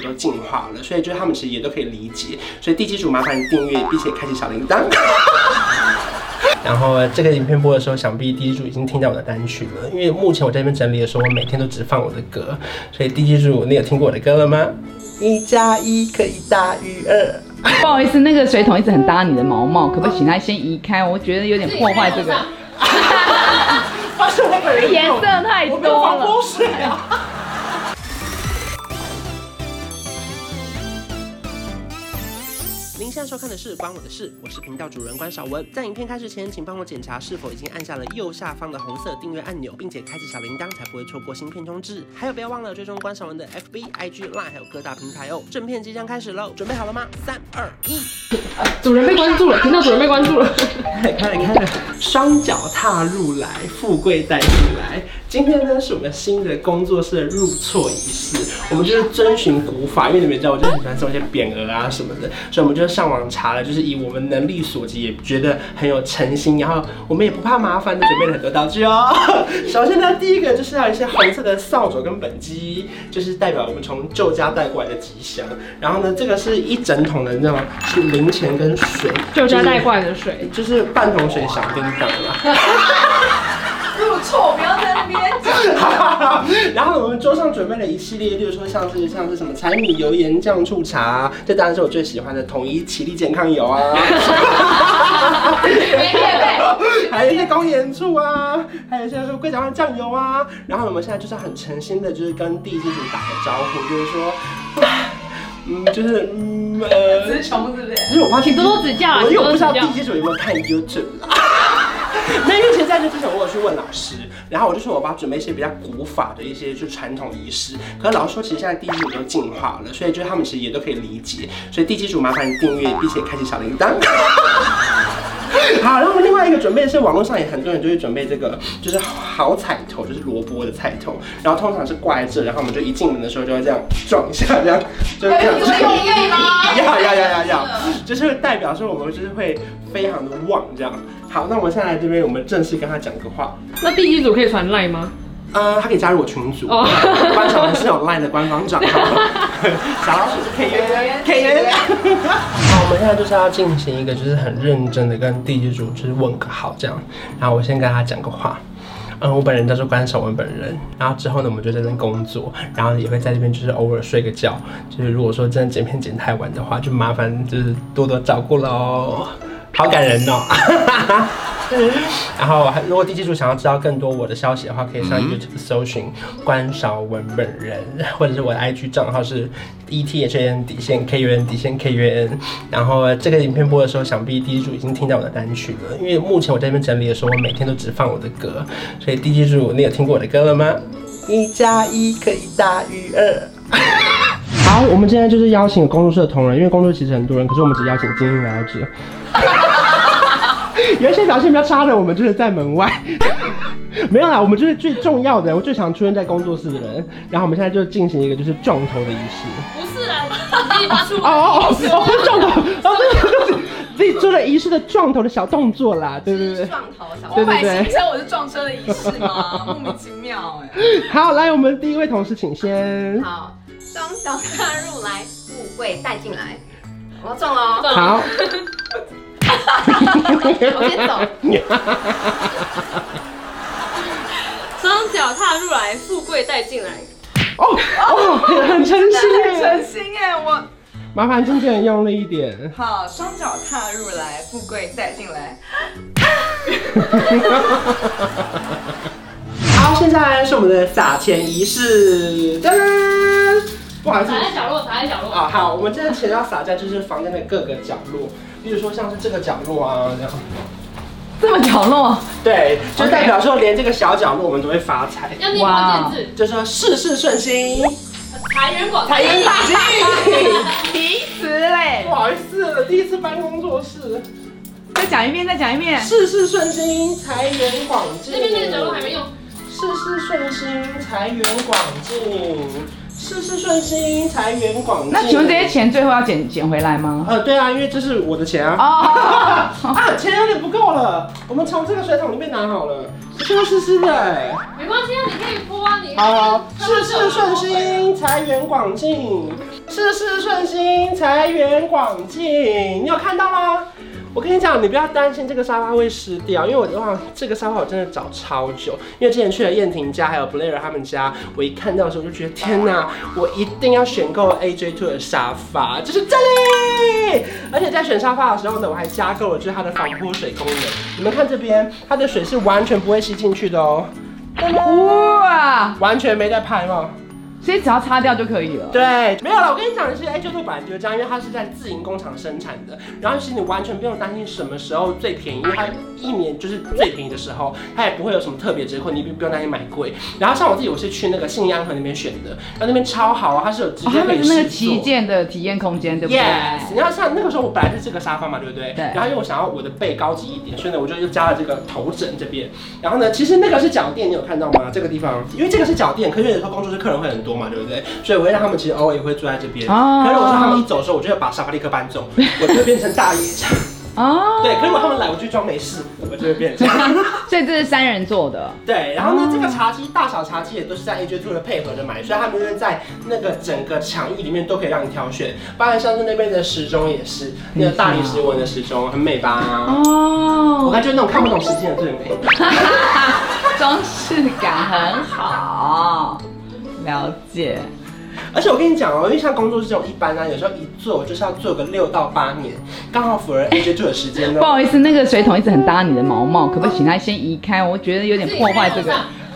都进化了，所以就是他们其实也都可以理解。所以地基主麻烦你订阅，并且开启小铃铛。然后这个影片播的时候，想必地基主已经听到我的单曲了，因为目前我在这边整理的时候，我每天都只放我的歌，所以地基主，你有听过我的歌了吗？1+1可以大于2。 不好意思，那个水桶一直很搭你的毛毛，可不可以请他先移开？我觉得有点破坏这个。颜色太多了。我没有防风水啊。 您现在收看的是关我的事，我是频道主人关少文。在影片开始前，请帮我检查是否已经按下了右下方的红色订阅按钮，并且开启小铃铛，才不会错过新片通知。还有，不要忘了追踪关少文的 FB、IG、Line， 还有各大平台哦。正片即将开始喽，准备好了吗？3、2、1。 主人被关注了，频道主人被关注了。 开了，双脚踏入来，富贵带进来。今天呢，是我们新的工作室的入错仪式，我们就是遵循古法，因为你们知道，我就很喜欢送一些匾额啊什么的，所以我们就上网查了，就是以我们能力所及，也觉得很有诚心，然后我们也不怕麻烦的准备了很多道具哦。首先呢，第一个就是要一些红色的扫帚跟本机，就是代表我们从旧家带过来的吉祥。然后呢，这个是一整桶的，你知道吗？是零钱跟水， 旧家带过来的水， 就是半桶水小叮当啦。 入错，不要在那边讲。 然后我们桌上准备了一系列，例如说像是什么柴米油盐酱醋茶，这当然是我最喜欢的统一奇力健康油啊。还有一些高盐醋啊，还有一些龟甲湾酱油啊。然后我们现在就是很诚心的，就是跟地基主打个招呼，就是说。 只是穷是不是？ 因为我发现多多指教， 因为我不知道地基主有没有看 YouTube 啦。那因为其实在这之前我有去问老师，然后我就说我要准备一些比较古法的一些就传统仪式，可是老师说其实现在地基主都进化了，所以就是他们其实也都可以理解，所以地基主麻烦你订阅并且开启小铃铛。好，然后我们另外一个准备的是网络上也很多人就会准备这个，就是好彩头，就是萝卜的彩头，然后通常是挂在这，然后我们就一进门的时候就会这样撞一下，这样就是这样。 你愿意吗？ 要，就是代表说我们就是会非常的旺这样。好，那我们现在来这边，我们正式跟他讲个话。 那地基主可以传赖吗？ 他可以加入我群组。关少文是有 LINE 的官方账号，小老鼠是可以约。好，我们现在就是要进行一个就是很认真的跟地基主就是问个好这样。然后我先跟他讲个话。我本人叫做关少文本人，然后之后呢，我们就在这边工作，然后也会在这边就是偶尔睡个觉，就是如果说真的剪片剪太晚的话，就麻烦就是多多照顾喽。好感人哦。然后，如果地基主想要知道更多我的消息的话，可以上 YouTube 搜寻关少文本人，或者是我的 IG 账号是 ETHAN_KUN_KUN。然后这个影片播的时候，想必地基主已经听到我的单曲了，因为目前我在这边整理的时候，我每天都只放我的歌，所以地基主，你有听过我的歌了吗？1+1可以大于2。好，我们现在就是邀请工作室的同仁，因为工作室其实很多人，可是我们只邀请精英来到这。有一些表现比较差的，我们就是在门外。没有啦，我们就是最重要的，我最常出现在工作室的人。然后我们现在就进行一个就是撞头的仪式。 不是啊，自己发出撞头，自己做了仪式的撞头的小动作啦，对。 撞头小，我买新车，我是撞车的仪式吗？莫名其妙哎。 好，来，我们第一位同事请先。 好，双脚踏入来，富贵带进来。我要撞了哦。 好。 我先走。 双脚踏入来，富贵带进来。 很诚心耶， 诚心哎，我。 麻烦经纪人用力一点。 好，双脚踏入来，富贵带进来。 好，现在是我们的撒钱仪式，噔噔。不好意思， 撒在角落。 啊，好，我们这个钱要撒在就是房间的各个角落，例如说像是这个角落啊，这样。 这么角落？ 对，就代表说连这个小角落我们都会发财。 要念关键字， 就说事事顺心， 财源广进。 题词嘞。 不好意思，第一次搬工作室。 再讲一遍。 事事顺心，财源广进。 那边那个角落还没用。 事事顺心，财源广进。事事顺心，财源广进。 那请问这些钱最后要捡回来吗？ 对啊，因为这是我的钱啊。钱有点不够了，我们从这个水桶里面拿好了，湿湿的。 没关系啊，你可以泼啊，你好，事事顺心，财源广进，事事顺心，财源广进，你有看到吗？我跟你讲，你不要担心这个沙发会湿掉，因为哇，这个沙发我真的找超久，因为之前去了燕婷家还有 Blair 他们家，我一看到的时候就觉得天哪，我一定要选购 AJ2 的沙发，就是这里。而且在选沙发的时候呢，我还加购了就是它的防泼水功能。你们看这边，它的水是完全不会吸进去的哦。 哇， 完全没在拍吗？ 所以只要擦掉就可以了。 对，没有了。我跟你讲的是，AJ2本来就是这样，因为它是在自营工厂生产的，然后其实你完全不用担心什么时候最便宜，因为它一年就是最便宜的时候，它也不会有什么特别折扣，你不用担心买贵。然后像我自己，我是去那个信义安和那边选的，然后那边超好啊，它是有直接可以试坐。 那个旗舰的体验空间，对不对 ？Yes， 你要像那个时候我本来是这个沙发嘛，对不对？ 对。 然后因为我想要我的背高级一点，所以呢我就又加了这个头枕这边。然后呢，其实那个是脚垫，你有看到吗？这个地方，因为这个是脚垫，可是有时候工作室客人会很多嘛，对不对？所以我会让他们其实偶尔也会坐在这边。可是如果说他们一走的时候，我就会把沙发立刻搬走，我就会变成大爷这样。 哦， 对，可是如果他们来，我就装没事，我就会变成这样。 所以这是3人座的。 对，然后呢，这个茶几大小茶几也都是在 AJ2 的配合的买，所以他们就是在那个整个场域里面都可以让你挑选。包含像是那边的时钟也是，那个大理石纹的时钟，很美吧？哦，我感觉那种看不懂时间的最美。 装饰感很好，了解。 而且我跟你讲哦，因为像工作室这种一般啊，有时候一做就是要做个6到8年，刚好符合 AJ2 的时间哦。 不好意思，那个水桶一直很搭你的毛毛，可不可以请他先移开？我觉得有点破坏这个。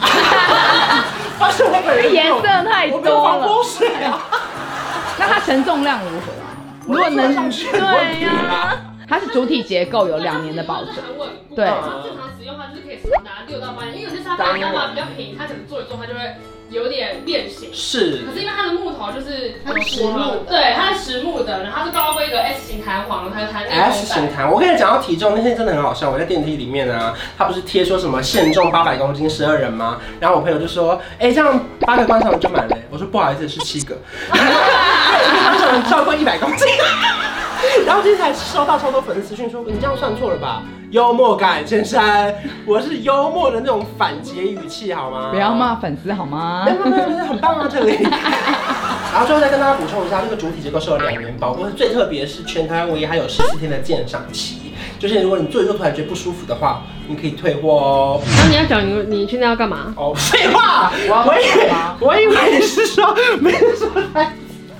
颜色太多了。那它承重量如何啊？如果能，对呀。它是主体结构，有2年的保证。对。 然后正常使用的话，就是可以长达6到8年，因为有些沙发要么比较平，它可能坐一坐它就会有点变形。是。可是因为它的木头就是它是实木的， 对，它是实木的，然后它是高规格 S 型弹簧，它弹力。 S 型弹，我跟你讲到体重那天真的很好笑，我在电梯里面啊，他不是贴说什么限重800公斤12人吗？然后我朋友就说，哎，这样8个观赏人就满了。我说不好意思，是7个，一个观赏人超过100公斤。然后今天才收到超多粉丝私讯说，你这样算错了吧？幽默感，先生，我是幽默的那种反诘语气，好吗？ 不要骂粉丝好吗？ 没有，很棒啊这里。然后最后再跟大家补充一下，这个主体结构是有2年保固，最特别是全台湾唯一还有14天的鉴赏期，就是如果你做一做突然觉得不舒服的话，你可以退货哦。 那你要讲你现在要干嘛？ 哦，废话，我以为你是说没说来。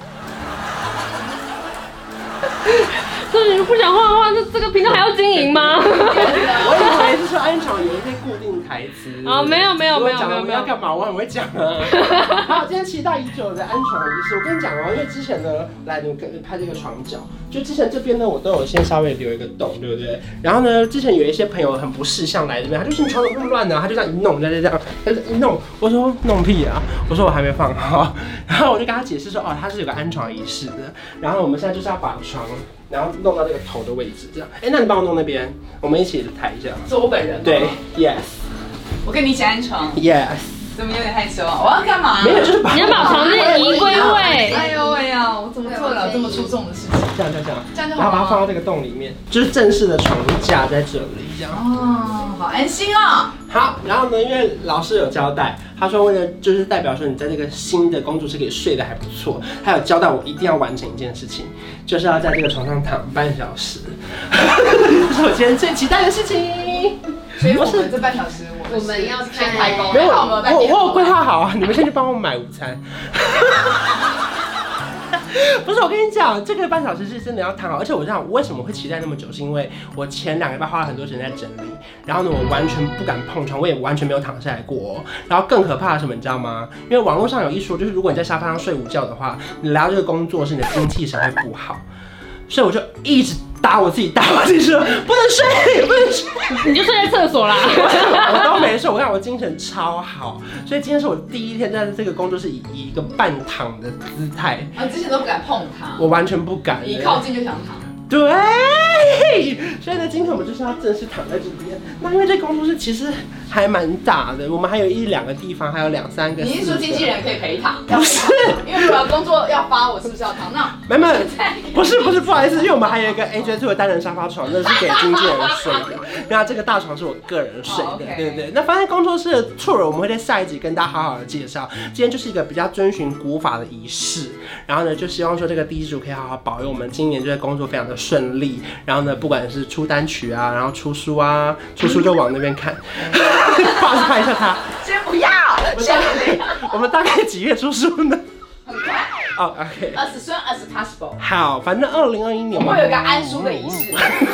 所以你不讲话的话，那这个频道还要经营吗？ 我以为是说安场有一些固定台词。 啊，没有， 你要干嘛？我很会讲啊。好，今天期待已久的安床仪式，我跟你讲哦，因为之前呢，来你拍这个床脚，就之前这边呢，我都有先稍微留一个洞，对不对？然后呢，之前有一些朋友很不识相来这边，他就说你床怎么那么乱呢？他就这样一弄，这样，他就一弄，我说弄屁啊！我说我还没放好，然后我就跟他解释说，哦，它是有个安床仪式的。然后我们现在就是要把床。然后弄到这个头的位置，这样。哎，那你帮我弄那边，我们一起抬一下。 是我本人。 对 ，Yes。 我跟你一起安床。 Yes。 怎么有点害羞啊？我要干嘛？ 没有，就是把你要把床垫移归位。 哎呦喂呀，我怎么做了这么出众的事情？ 这样，然后把它放到这个洞里面，就是正式的床架在这里，这样。 哦，好安心哦。 好，然后呢，因为老师有交代，他说为了就是代表说你在这个新的工作室可以睡得还不错，他有交代我一定要完成一件事情，就是要在这个床上躺半小时，这是我今天最期待的事情。 所以我们这半小时我们要先开工， 没有，我有规划好啊，你们先去帮我买午餐。不是，我跟你讲，这个半小时是真的要躺好，而且我知道我为什么会期待那么久，是因为我前2个礼拜花了很多时间在整理，然后呢，我完全不敢碰床，我也完全没有躺下来过、哦。然后更可怕的是什么，你知道吗？因为网络上有一说，就是如果你在沙发上睡午觉的话，你来到这个工作室，你的精气神会不好，所以我就一直打我自己说不能睡， 你就睡在厕所啦。 我都没睡，我看我精神超好，所以今天是我第1天在这个工作室以一个半躺的姿态。 之前都不敢碰它， 我完全不敢， 一靠近就想躺。 对， 所以呢，今天我们就是要正式躺在这边。那因为这工作室其实还蛮大的，我们还有1-2个地方，还有2-3个。 你是说经纪人可以陪躺？ 不是， 因为如果工作要发，我是不是要躺？那没，不是，不好意思，因为我们还有一个 AJ2 的单人沙发床，那是给经纪人睡的。那这个大床是我个人睡的，对对对。那发现工作室的 tour 我们会在下一集跟大家好好的介绍。今天就是一个比较遵循古法的仪式，然后呢，就希望说这个地主可以好好保佑我们今年就在工作非常的顺利。然后呢，不管是出单曲啊，然后出书啊，出书就往那边看，不好意思看一下他。 先不要， 我们大概几月出书呢？ 很快。 哦 ，OK。 As soon as possible。 好，反正2021年我们有一个安书的仪式，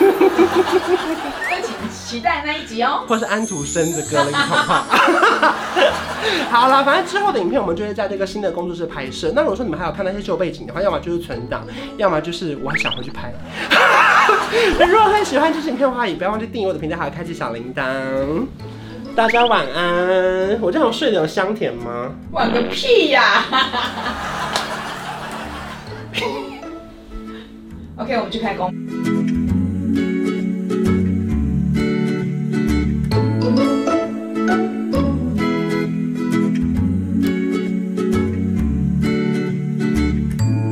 请期待那一集哦。 或是安徒生的歌了，好不好？好啦，反正之后的影片我们就会在这个新的工作室拍摄。那如果说你们还有看那些旧背景的话，要么就是存档，要么就是我还想回去拍。如果很喜欢这支影片的话，也不要忘记订阅我的频道，还有开启小铃铛。大家晚安。我这样睡得有香甜吗？ 晚个屁呀！OK， 我们去开工。